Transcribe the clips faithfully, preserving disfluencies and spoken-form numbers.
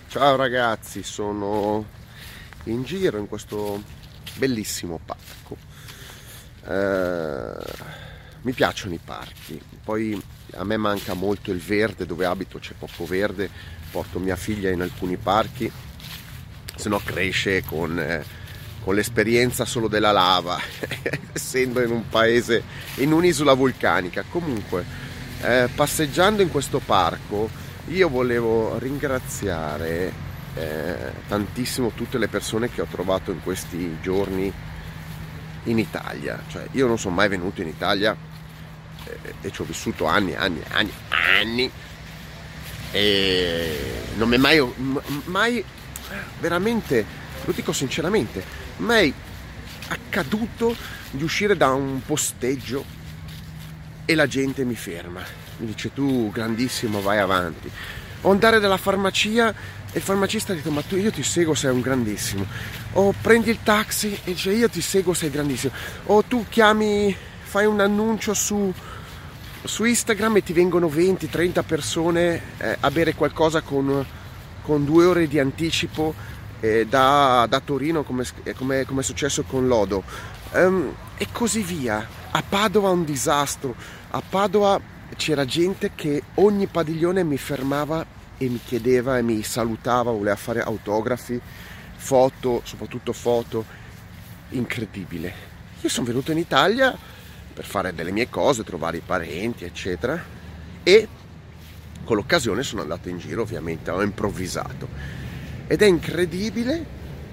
Ciao ragazzi, sono in giro in questo bellissimo parco. Eh, mi piacciono i parchi, poi a me manca molto il verde, dove abito c'è poco verde, porto mia figlia in alcuni parchi, se no cresce con, eh, con l'esperienza solo della lava, essendo in un paese, in un'isola vulcanica. Comunque, eh, passeggiando in questo parco, io volevo ringraziare eh, tantissimo tutte le persone che ho trovato in questi giorni in Italia. Cioè, io non sono mai venuto in Italia eh, e ci ho vissuto anni, anni, anni, anni e non mi è mai, mai veramente, lo dico sinceramente, mai accaduto di uscire da un posteggio e la gente mi ferma. Mi dice: tu grandissimo, vai avanti. O andare dalla farmacia e il farmacista dice: ma tu, io ti seguo, sei un grandissimo. O prendi il taxi e dice: io ti seguo, sei grandissimo. O tu chiami, fai un annuncio su, su Instagram e ti vengono venti trenta persone eh, a bere qualcosa con, con due ore di anticipo eh, da, da Torino, come, come, come è successo con Lodo. Um, e così via. A Padova un disastro. A Padova c'era gente che ogni padiglione mi fermava e mi chiedeva e mi salutava, voleva fare autografi, foto, soprattutto foto. Incredibile. Io sono venuto in Italia per fare delle mie cose, trovare i parenti, eccetera, e con l'occasione sono andato in giro, ovviamente, ho improvvisato. Ed è incredibile,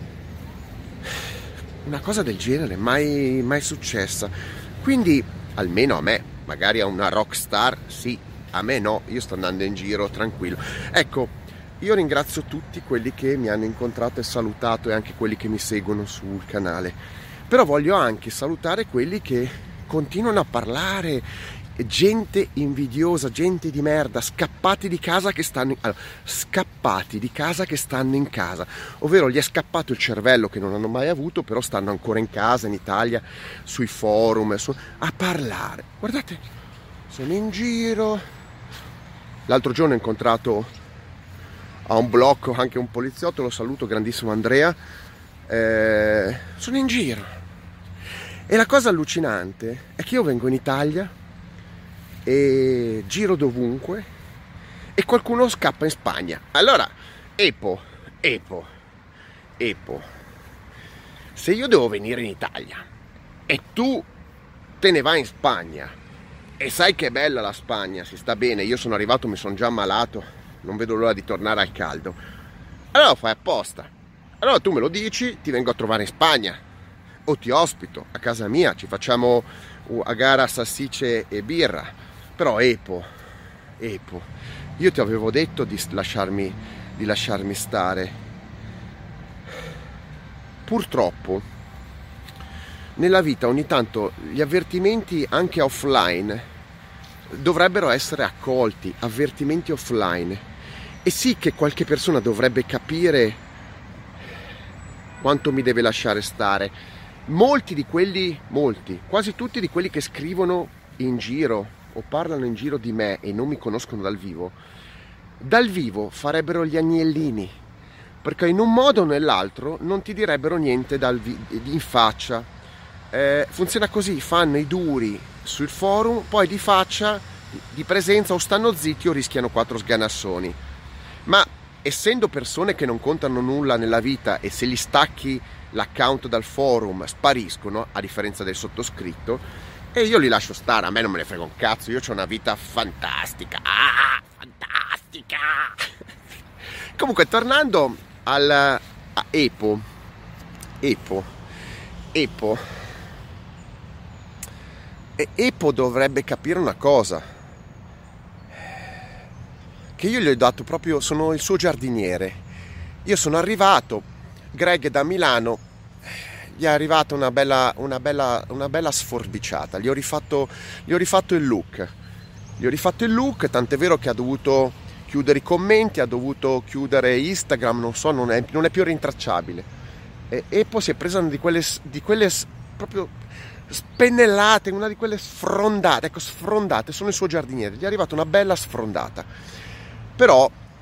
una cosa del genere, mai, mai successa. Quindi, almeno a me, magari a una rockstar, sì, a me no, io sto andando in giro tranquillo. Ecco, io ringrazio tutti quelli che mi hanno incontrato e salutato e anche quelli che mi seguono sul canale. Però voglio anche salutare quelli che continuano a parlare, gente invidiosa, gente di merda, scappati di casa che stanno in... allora, scappati di casa che stanno in casa, ovvero gli è scappato il cervello che non hanno mai avuto, però stanno ancora in casa in Italia, sui forum, su... a parlare. Guardate, sono in giro. L'altro giorno ho incontrato a un blocco anche un poliziotto, lo saluto, grandissimo Andrea. Eh, sono in giro e la cosa allucinante è che io vengo in Italia e giro dovunque e qualcuno scappa in Spagna. Allora, Epo, Epo, Epo, se io devo venire in Italia e tu te ne vai in Spagna e sai che è bella la Spagna, si sta bene, io sono arrivato, mi sono già ammalato, non vedo l'ora di tornare al caldo, allora lo fai apposta. Allora tu me lo dici, ti vengo a trovare in Spagna o ti ospito a casa mia, ci facciamo a gara salsicce e birra. Però Epo, Epo, io ti avevo detto di lasciarmi, di lasciarmi stare. Purtroppo nella vita ogni tanto gli avvertimenti anche offline dovrebbero essere accolti, avvertimenti offline. E sì che qualche persona dovrebbe capire quanto mi deve lasciare stare. Molti di quelli, molti, quasi tutti di quelli che scrivono in giro o parlano in giro di me e non mi conoscono dal vivo, dal vivo farebbero gli agnellini, perché in un modo o nell'altro non ti direbbero niente dal vi- in faccia. Eh, funziona così, fanno i duri sul forum, poi di faccia, di presenza, o stanno zitti o rischiano quattro sganassoni. Ma essendo persone che non contano nulla nella vita e se gli stacchi l'account dal forum spariscono, a differenza del sottoscritto, e io li lascio stare, a me non me ne frega un cazzo, io ho una vita fantastica, ah, fantastica. Comunque, tornando al a Epo, Epo, Epo, e Epo dovrebbe capire una cosa, che io gli ho dato proprio, sono il suo giardiniere. Io sono arrivato, Greg da Milano, gli è arrivata una bella, una bella, una bella sforbiciata, gli ho rifatto, gli ho rifatto il look, gli ho rifatto il look, tant'è vero che ha dovuto chiudere i commenti, ha dovuto chiudere Instagram, non so, non è, non è più rintracciabile. E, e poi si è presa una di quelle, di quelle proprio spennellate, una di quelle sfrondate, ecco, sfrondate, sono il suo giardiniere, gli è arrivata una bella sfrondata. Però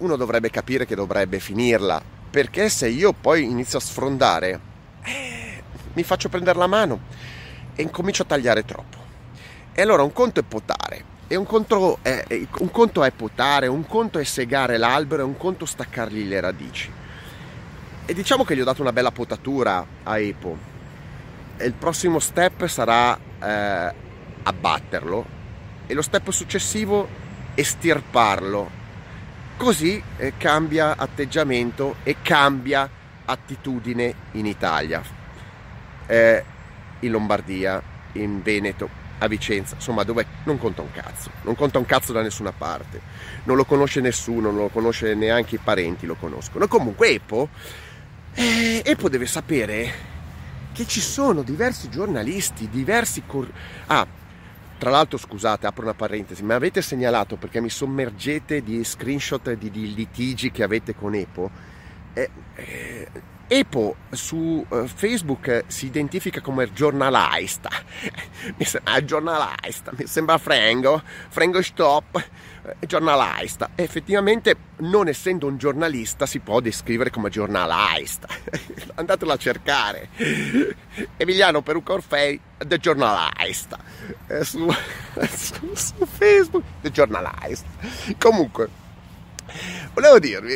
uno dovrebbe capire che dovrebbe finirla, perché se io poi inizio a sfrondare, eh, mi faccio prendere la mano e incomincio a tagliare troppo. E allora un conto è potare, e un conto è, un conto è potare, un conto è segare l'albero e un conto staccargli le radici. E diciamo che gli ho dato una bella potatura a Epo, e il prossimo step sarà eh, abbatterlo, e lo step successivo estirparlo, così eh, cambia atteggiamento e cambia attitudine in Italia, eh, in Lombardia, in Veneto, a Vicenza, insomma, dove non conta un cazzo, non conta un cazzo da nessuna parte, non lo conosce nessuno, non lo conosce neanche i parenti, lo conoscono. Comunque Epo eh, Epo deve sapere che ci sono diversi giornalisti, diversi cor- ah, tra l'altro, scusate, apro una parentesi, mi avete segnalato, perché mi sommergete di screenshot di, di litigi che avete con Epo. Eh, eh, Epo su uh, Facebook si identifica come giornalista, mi sembra, ah, giornalista, mi sembra Frengo, Frengo stop, eh, giornalista. E effettivamente, non essendo un giornalista, si può descrivere come giornalista. Andatelo a cercare. Emiliano Perucca Orfei, The Journalist, eh, su, su, su Facebook, The Journalist. Comunque, volevo dirvi,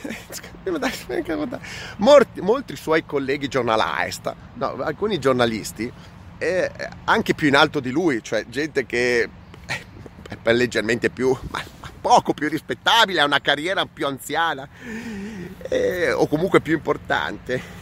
eh, molti, molti suoi colleghi giornalista, no, alcuni giornalisti, eh, anche più in alto di lui, cioè gente che è leggermente più, ma poco più rispettabile, ha una carriera più anziana, eh, o comunque più importante.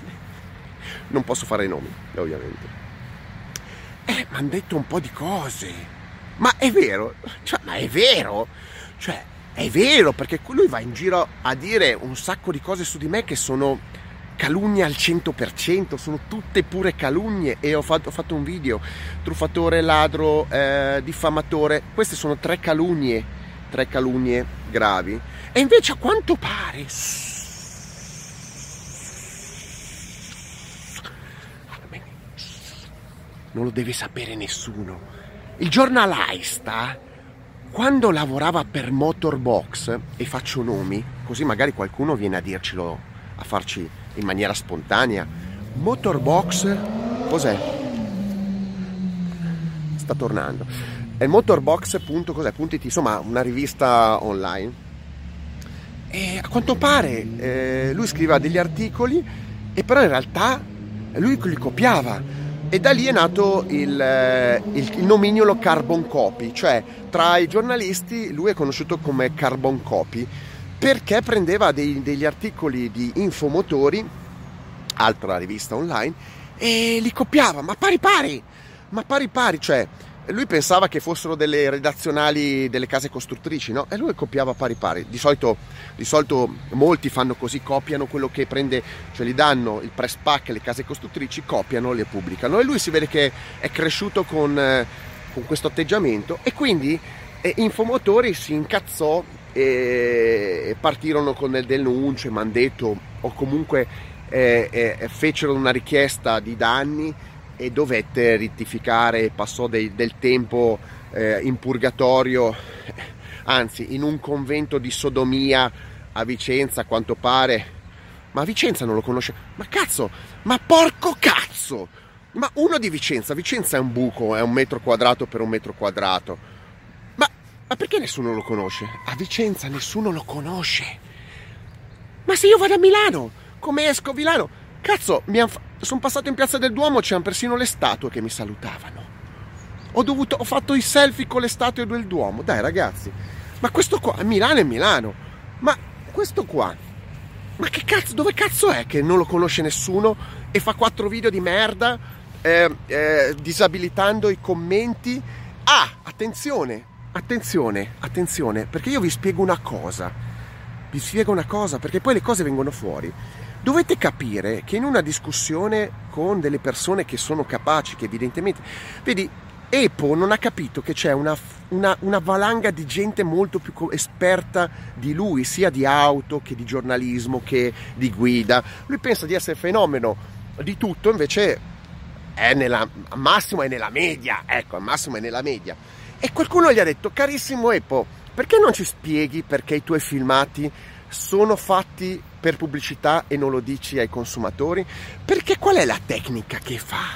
Non posso fare i nomi, ovviamente. Eh, mi hanno detto un po' di cose. Ma è vero? Cioè, ma è vero? Cioè, è vero, perché lui va in giro a dire un sacco di cose su di me che sono calunnie al cento per cento, sono tutte pure calunnie. E ho fatto, ho fatto un video, truffatore, ladro, eh, diffamatore. Queste sono tre calunnie, tre calunnie gravi. E invece, a quanto pare, non lo deve sapere nessuno, il giornalista, quando lavorava per Motorbox, e faccio nomi, così magari qualcuno viene a dircelo, a farci in maniera spontanea. Motorbox, cos'è? Sta tornando. È motorbox punto cos'è, punto it, insomma, una rivista online. E a quanto pare eh, lui scriveva degli articoli, e però in realtà lui li copiava. E da lì è nato il, il, il nomignolo Carbon Copy, cioè tra i giornalisti lui è conosciuto come Carbon Copy, perché prendeva dei, degli articoli di Infomotori, altra rivista online, e li copiava, ma pari pari, ma pari pari, cioè lui pensava che fossero delle redazionali delle case costruttrici, no? E lui copiava pari pari. Di solito, di solito molti fanno così, copiano quello che prende, cioè gli danno il press pack, le case costruttrici, copiano, le pubblicano. E lui si vede che è cresciuto con, eh, con questo atteggiamento, e quindi eh, Infomotori si incazzò e partirono con del denunce, mi hanno detto, o comunque eh, eh, fecero una richiesta di danni, e dovette rettificare, passò dei, del tempo eh, in purgatorio, anzi in un convento di sodomia a Vicenza, a quanto pare. Ma Vicenza non lo conosce, ma cazzo, ma porco cazzo, ma uno di Vicenza, Vicenza è un buco, è un metro quadrato per un metro quadrato, ma, ma perché nessuno lo conosce? A Vicenza nessuno lo conosce. Ma se io vado a Milano, come esco a Milano, cazzo, mi han fa- sono passato in Piazza del Duomo, c'erano persino le statue che mi salutavano. Ho dovuto, ho fatto i selfie con le statue del Duomo. Dai ragazzi, ma questo qua, Milano è Milano, ma questo qua, ma che cazzo, dove cazzo è che non lo conosce nessuno e fa quattro video di merda eh, eh, disabilitando i commenti? Ah, attenzione, attenzione, attenzione, perché io vi spiego una cosa, vi spiego una cosa, perché poi le cose vengono fuori. Dovete capire che in una discussione con delle persone che sono capaci, che evidentemente, vedi, Epo non ha capito che c'è una, una, una valanga di gente molto più esperta di lui, sia di auto che di giornalismo che di guida. Lui pensa di essere fenomeno di tutto, invece è nella, al massimo è nella media, ecco, al massimo è nella media. E qualcuno gli ha detto: carissimo Epo, perché non ci spieghi perché i tuoi filmati sono fatti per pubblicità e non lo dici ai consumatori? Perché qual è la tecnica che fa?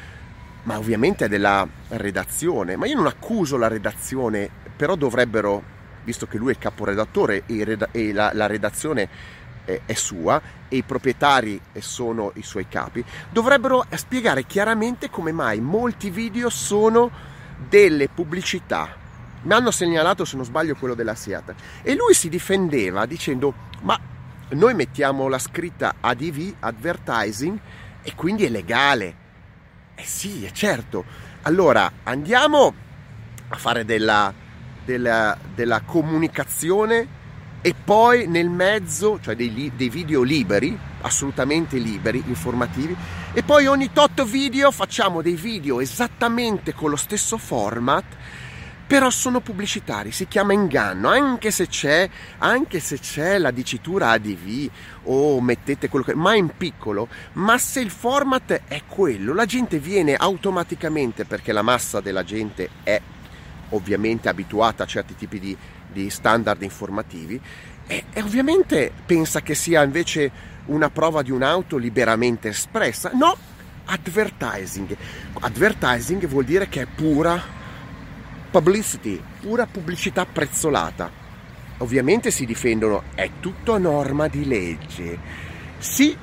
Ma ovviamente è della redazione, ma io non accuso la redazione, però dovrebbero, visto che lui è il caporedattore e, e la, la redazione è, è sua e i proprietari sono i suoi capi, dovrebbero spiegare chiaramente come mai molti video sono delle pubblicità. Mi hanno segnalato, se non sbaglio, quello della Seat, e lui si difendeva dicendo: ma noi mettiamo la scritta A D V, advertising, e quindi è legale. Eh sì, è certo. Allora andiamo a fare della, della, della comunicazione, e poi nel mezzo, cioè dei, dei video liberi, assolutamente liberi, informativi, e poi ogni tot video facciamo dei video esattamente con lo stesso format, però sono pubblicitari, si chiama inganno, anche se c'è, anche se c'è la dicitura A D V o mettete quello che, ma in piccolo, ma se il format è quello, la gente viene automaticamente, perché la massa della gente è ovviamente abituata a certi tipi di, di standard informativi, e, e ovviamente pensa che sia invece una prova di un'auto liberamente espressa. No, advertising. Advertising vuol dire che è pura publicity, pura pubblicità prezzolata. Ovviamente si difendono, è tutto a norma di legge. Sì,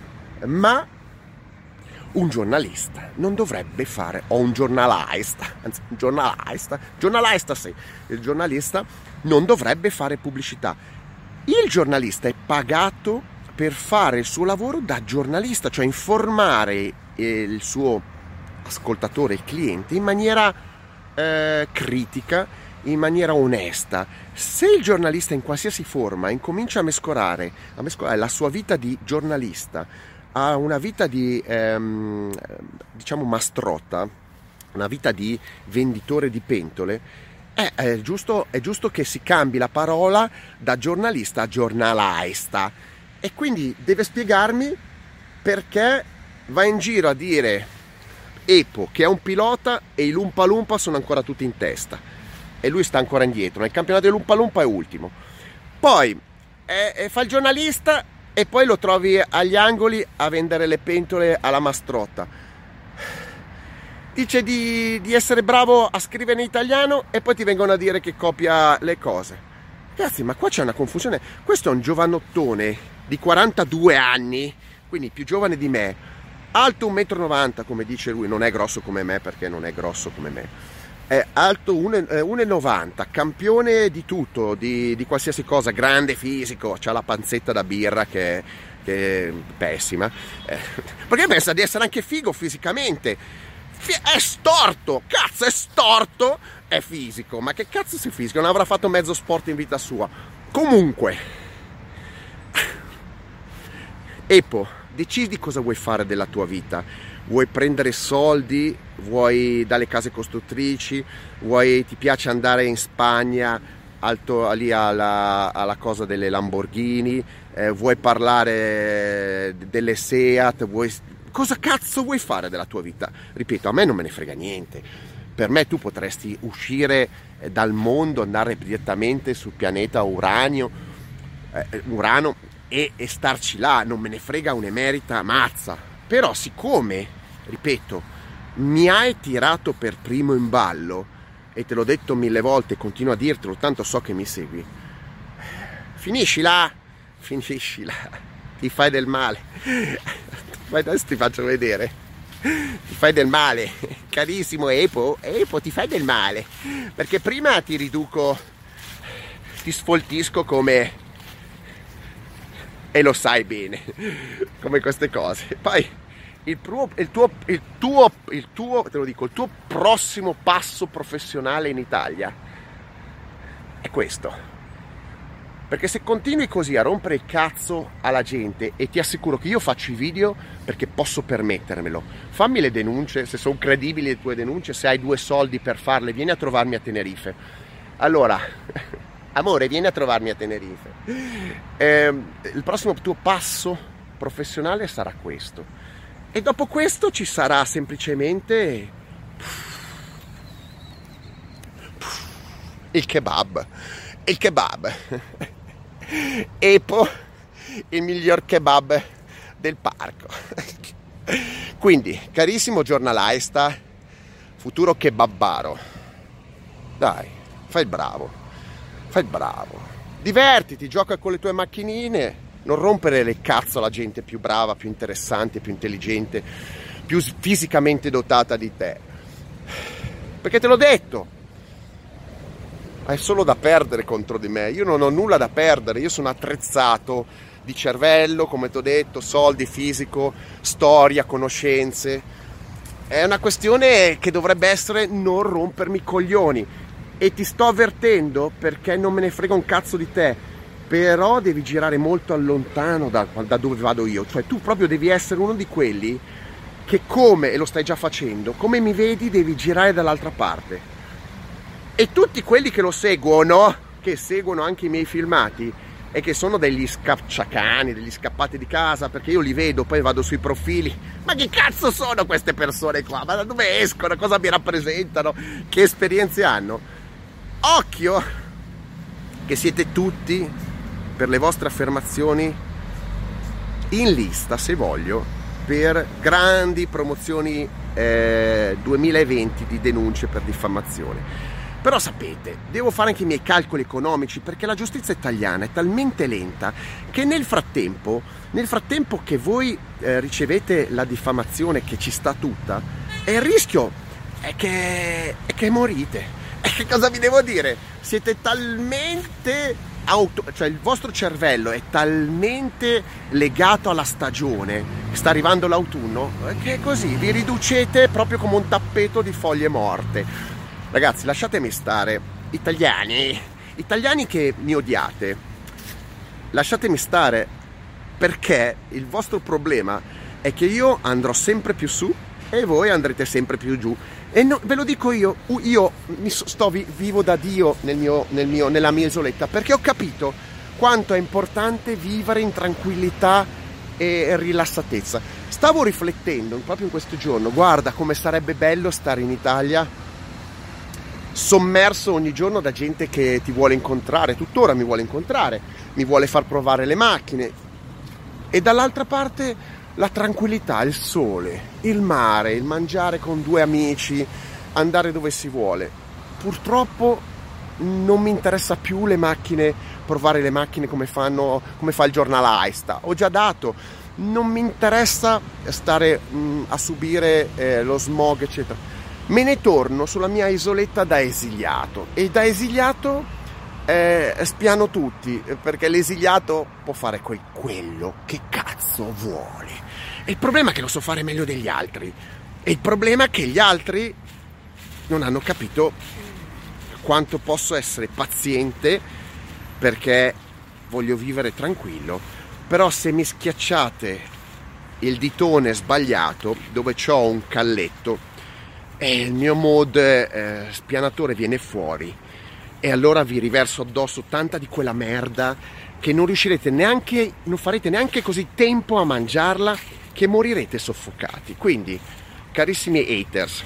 ma un giornalista non dovrebbe fare, o un giornalista, anzi un giornalista, giornalista sì, il giornalista non dovrebbe fare pubblicità. Il giornalista è pagato per fare il suo lavoro da giornalista, cioè informare il suo ascoltatore, il cliente, in maniera Eh, critica, in maniera onesta. Se il giornalista in qualsiasi forma incomincia a mescolare, a mescolare la sua vita di giornalista a una vita di ehm, diciamo mastrotta, una vita di venditore di pentole, è, è, giusto, è giusto che si cambi la parola da giornalista a giornalista, e quindi deve spiegarmi perché va in giro a dire Epo che è un pilota e i Lumpa Lumpa sono ancora tutti in testa e lui sta ancora indietro. Nel campionato dei Lumpa Lumpa è ultimo. Poi eh, eh, fa il giornalista e poi lo trovi agli angoli a vendere le pentole alla mastrotta. Dice di, di essere bravo a scrivere in italiano e poi ti vengono a dire che copia le cose. Ragazzi, ma qua c'è una confusione. Questo è un giovanottone di quarantadue anni, quindi più giovane di me, alto uno virgola novanta m, come dice lui, non è grosso come me perché non è grosso come me, è alto uno virgola novanta m, campione di tutto, di, di qualsiasi cosa, grande fisico, c'ha la panzetta da birra che, che è pessima, eh, perché pensa di essere anche figo fisicamente, è storto, cazzo è storto, è fisico, ma che cazzo sei fisico, non avrà fatto mezzo sport in vita sua. Comunque, Epo, decidi cosa vuoi fare della tua vita. Vuoi prendere soldi, vuoi dalle case costruttrici, vuoi, ti piace andare in Spagna alto, lì alla, alla cosa delle Lamborghini, eh, vuoi parlare delle Seat, vuoi, cosa cazzo vuoi fare della tua vita? Ripeto, a me non me ne frega niente. Per me tu potresti uscire dal mondo, andare direttamente sul pianeta Uranio, eh, Urano, E, e starci là, non me ne frega un'emerita mazza. Però siccome, ripeto, mi hai tirato per primo in ballo, e te l'ho detto mille volte, continuo a dirtelo, tanto so che mi segui, finisci là, finisci là, ti fai del male. Adesso ti faccio vedere, ti fai del male, carissimo Epo, Epo ti fai del male, perché prima ti riduco, ti sfoltisco come, e lo sai bene, come queste cose. Poi il tuo, il tuo, il tuo, il tuo, te lo dico, il tuo prossimo passo professionale in Italia è questo. Perché se continui così a rompere il cazzo alla gente, e ti assicuro che io faccio i video perché posso permettermelo, fammi le denunce, se sono credibili le tue denunce, se hai due soldi per farle, vieni a trovarmi a Tenerife. Allora... Amore, vieni a trovarmi a Tenerife. Eh, il prossimo tuo passo professionale sarà questo. E dopo questo ci sarà semplicemente il kebab. il kebab. Epo, il miglior kebab del parco. Quindi, carissimo giornalista, futuro kebabbaro, dai, fai il bravo, fai il bravo, divertiti, gioca con le tue macchinine, non rompere le cazzo alla gente più brava, più interessante, più intelligente, più fisicamente dotata di te, perché te l'ho detto, hai solo da perdere contro di me. Io non ho nulla da perdere, io sono attrezzato di cervello, come ti ho detto, soldi, fisico, storia, conoscenze. È una questione che dovrebbe essere non rompermi i coglioni, e ti sto avvertendo perché non me ne frega un cazzo di te, però devi girare molto allontano da, da dove vado io, cioè tu proprio devi essere uno di quelli che, come, e lo stai già facendo, come mi vedi devi girare dall'altra parte. E tutti quelli che lo seguono, che seguono anche i miei filmati e che sono degli scacciacani, degli scappati di casa, perché io li vedo, poi vado sui profili, ma che cazzo sono queste persone qua? Ma da dove escono? Cosa mi rappresentano? Che esperienze hanno? Occhio che siete tutti, per le vostre affermazioni, in lista, se voglio, per grandi promozioni eh, duemilaventi di denunce per diffamazione. Però sapete, devo fare anche i miei calcoli economici, perché la giustizia italiana è talmente lenta che nel frattempo, nel frattempo che voi eh, ricevete la diffamazione, che ci sta tutta, e il rischio è che, è che morite. E che cosa vi devo dire? Siete talmente auto, cioè il vostro cervello è talmente legato alla stagione, sta arrivando l'autunno, che così vi riducete proprio come un tappeto di foglie morte. Ragazzi, lasciatemi stare, italiani, italiani che mi odiate, lasciatemi stare, perché il vostro problema è che io andrò sempre più su e voi andrete sempre più giù. E no, ve lo dico io, io mi sto vivo da Dio nel mio, nel mio, nella mia isoletta, perché ho capito quanto è importante vivere in tranquillità e rilassatezza. Stavo riflettendo proprio in questo giorno, guarda come sarebbe bello stare in Italia, sommerso ogni giorno da gente che ti vuole incontrare, tuttora mi vuole incontrare, mi vuole far provare le macchine, e dall'altra parte la tranquillità, il sole, il mare, il mangiare con due amici, andare dove si vuole. Purtroppo non mi interessa più le macchine, provare le macchine come fanno, come fa il giornalista, ho già dato, non mi interessa stare mh, a subire eh, lo smog eccetera. Me ne torno sulla mia isoletta da esiliato, e da esiliato eh, spiano tutti, perché l'esiliato può fare quel, quello che cazzo vuole. E il problema è che lo so fare meglio degli altri, e il problema è che gli altri non hanno capito quanto posso essere paziente, perché voglio vivere tranquillo. Però se mi schiacciate il ditone sbagliato dove c'ho un calletto, e il mio mode eh, spianatore viene fuori, e allora vi riverso addosso tanta di quella merda che non riuscirete neanche, non farete neanche così tempo a mangiarla, che morirete soffocati. Quindi, carissimi haters,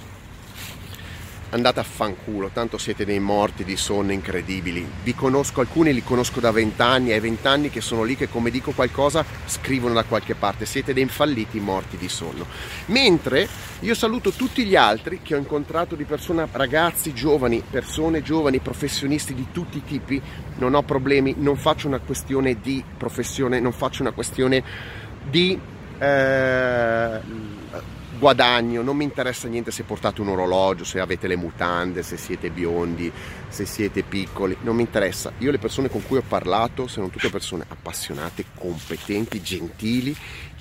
andate a fanculo, tanto siete dei morti di sonno incredibili. Vi conosco, alcuni li conosco da vent'anni, ai vent'anni che sono lì che, come dico qualcosa, scrivono da qualche parte. Siete dei infalliti morti di sonno. Mentre io saluto tutti gli altri che ho incontrato di persona, ragazzi giovani, persone giovani, professionisti di tutti i tipi. Non ho problemi, non faccio una questione di professione, non faccio una questione di eh, guadagno, non mi interessa niente se portate un orologio, se avete le mutande, se siete biondi, se siete piccoli, non mi interessa. Io le persone con cui ho parlato sono tutte persone appassionate, competenti, gentili,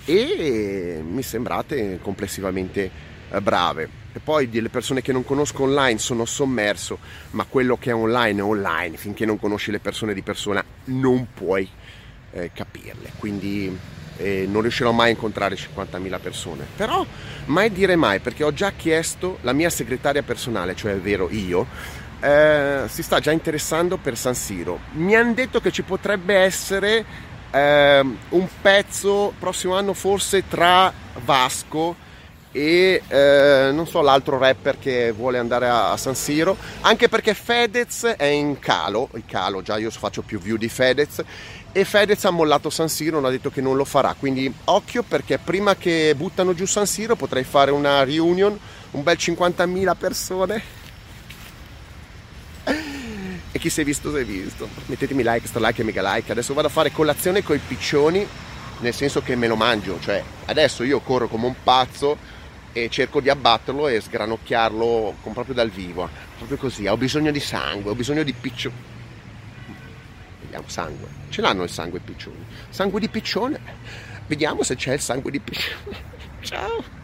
e mi sembrate complessivamente brave. E poi delle persone che non conosco online sono sommerso, ma quello che è online è online, finché non conosci le persone di persona non puoi eh, capirle. Quindi e non riuscirò mai a incontrare cinquantamila persone, però mai dire mai, perché ho già chiesto, la mia segretaria personale, cioè vero io, eh, si sta già interessando per San Siro. Mi hanno detto che ci potrebbe essere eh, un pezzo prossimo anno, forse tra Vasco e eh, non so l'altro rapper che vuole andare a, a San Siro, anche perché Fedez è in calo, il calo già io faccio più view di Fedez, e Fedez ha mollato San Siro, non ha detto che non lo farà, quindi occhio, perché prima che buttano giù San Siro potrei fare una reunion, un bel cinquantamila persone. E chi si è visto si è visto, mettetemi like, sto like e mega like. Adesso vado a fare colazione coi piccioni, nel senso che me lo mangio, cioè adesso io corro come un pazzo e cerco di abbatterlo e sgranocchiarlo con, proprio dal vivo, proprio così. Ho bisogno di sangue, ho bisogno di piccioni. Vediamo, sangue, ce l'hanno il sangue i piccioni, sangue di piccione, vediamo se c'è il sangue di piccione. Ciao.